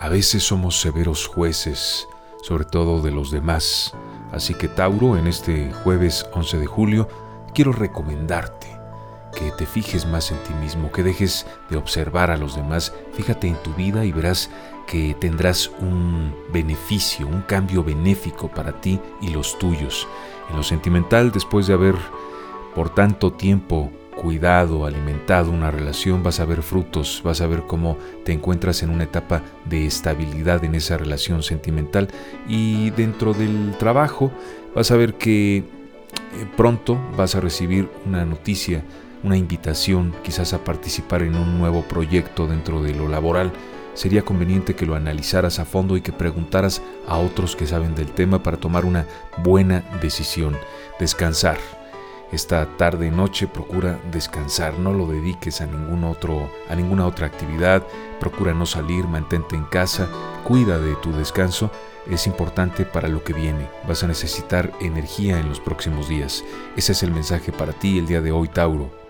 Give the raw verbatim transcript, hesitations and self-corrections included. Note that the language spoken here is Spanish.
A veces somos severos jueces, sobre todo de los demás. Así que Tauro, en este jueves once de julio, quiero recomendarte que te fijes más en ti mismo, que dejes de observar a los demás. Fíjate en tu vida y verás que tendrás un beneficio, un cambio benéfico para ti y los tuyos. En lo sentimental, después de haber por tanto tiempo cuidado, alimentado una relación, vas a ver frutos, vas a ver cómo te encuentras en una etapa de estabilidad en esa relación sentimental. Y dentro del trabajo vas a ver que pronto vas a recibir una noticia, una invitación quizás a participar en un nuevo proyecto dentro de lo laboral. Sería conveniente que lo analizaras a fondo y que preguntaras a otros que saben del tema para tomar una buena decisión. Descansar. Esta tarde y noche procura descansar, no lo dediques a ningún otro, a ninguna otra actividad, procura no salir, mantente en casa, cuida de tu descanso, es importante para lo que viene. Vas a necesitar energía en los próximos días. Ese es el mensaje para ti el día de hoy, Tauro.